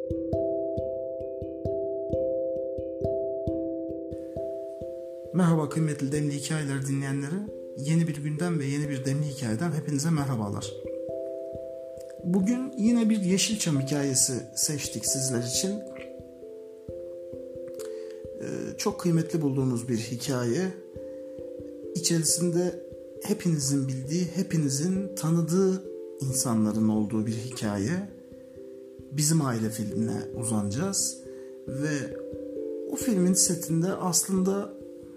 Merhaba kıymetli Demli Hikayeler dinleyenleri. Yeni bir günden ve yeni bir Demli Hikaye'den hepinize merhabalar. Bugün yine bir Yeşilçam hikayesi seçtik sizler için. Çok kıymetli bulduğumuz bir hikaye. İçerisinde hepinizin bildiği, hepinizin tanıdığı insanların olduğu bir hikaye. Bizim Aile filmine uzanacağız. Ve o filmin setinde aslında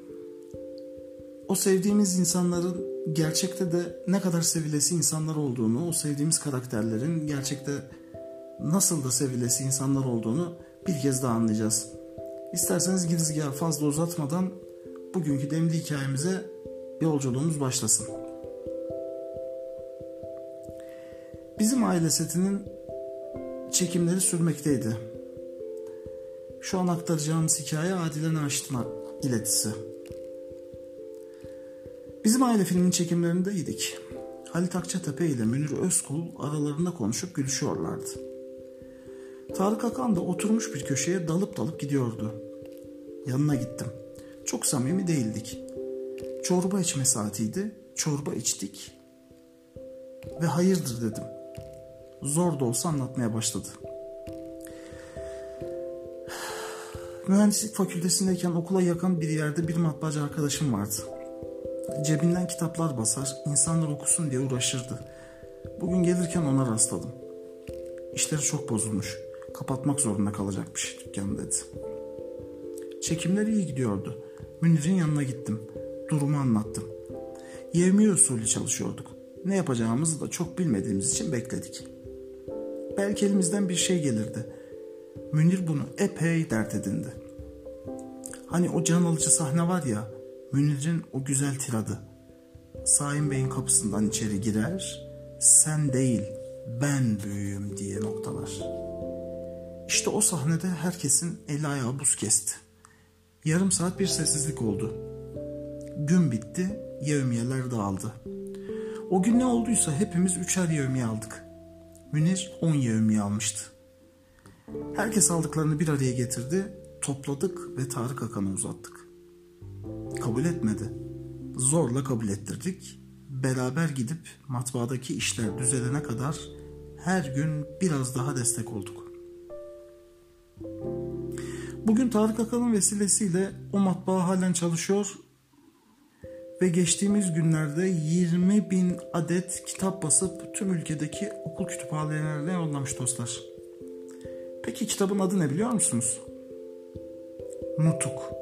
o sevdiğimiz insanların gerçekte de ne kadar sevilesi insanlar olduğunu, o sevdiğimiz karakterlerin gerçekte nasıl da sevilesi insanlar olduğunu bir kez daha anlayacağız. İsterseniz girizgahı fazla uzatmadan bugünkü demli hikayemize yolculuğumuz başlasın. Bizim Aile setinin çekimleri sürmekteydi. Şu an aktaracağımız hikaye Adile Naşit'in iletisi. Bizim Aile filminin çekimlerindeydik. Halit Akçatepe ile Münir Özkul aralarında konuşup gülüşüyorlardı. Tarık Akan da oturmuş bir köşeye dalıp gidiyordu. Yanına gittim. Çok samimi değildik. Çorba içme saatiydi. Çorba içtik. Ve hayırdır dedim. Zor da olsa anlatmaya başladı. Mühendislik fakültesindeyken okula yakın bir yerde bir matbaacı arkadaşım vardı. Cebinden kitaplar basar, insanlar okusun diye uğraşırdı. Bugün gelirken ona rastladım. İşleri çok bozulmuş. Kapatmak zorunda kalacakmış dükkanı dedi. Çekimler iyi gidiyordu. Münir'in yanına gittim. Durumu anlattım. Yevmiye usulü çalışıyorduk. Ne yapacağımızı da çok bilmediğimiz için bekledik. Belki elimizden bir şey gelirdi. Münir bunu epey dert edindi. Hani o can alıcı sahne var ya, Münir'in o güzel tiradı. Saim Bey'in kapısından içeri girer, sen değil ben büyüğüm diye noktalar. İşte o sahnede herkesin eli ayağı buz kesti. Yarım saat bir sessizlik oldu. Gün bitti, yevmiyeler dağıldı. O gün ne olduysa hepimiz 3'er yevmiye aldık. Münir 10 yevmiye almıştı. Herkes aldıklarını bir araya getirdi, topladık ve Tarık Akan'a uzattık. Kabul etmedi. Zorla kabul ettirdik. Beraber gidip matbaadaki işler düzelene kadar her gün biraz daha destek olduk. Bugün Tarık Akan'ın vesilesiyle o matbaa halen çalışıyor ve geçtiğimiz günlerde 20.000 adet kitap basıp tüm ülkedeki okul kütüphanelerine yollamış dostlar. Peki kitabın adı ne biliyor musunuz? Nutuk.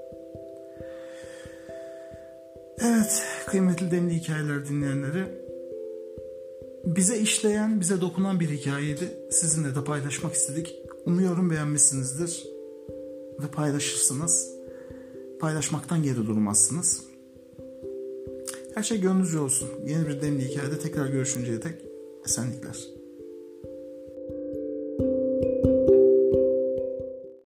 Evet, kıymetli Demli Hikayeler dinleyenleri, bize işleyen, bize dokunan bir hikayeydi. Sizinle de paylaşmak istedik. Umuyorum beğenmişsinizdir ve paylaşırsınız. Paylaşmaktan geri durmazsınız. Her şey gönlünüzce olsun. Yeni bir Demli Hikaye'de tekrar görüşünceye dek esenlikler.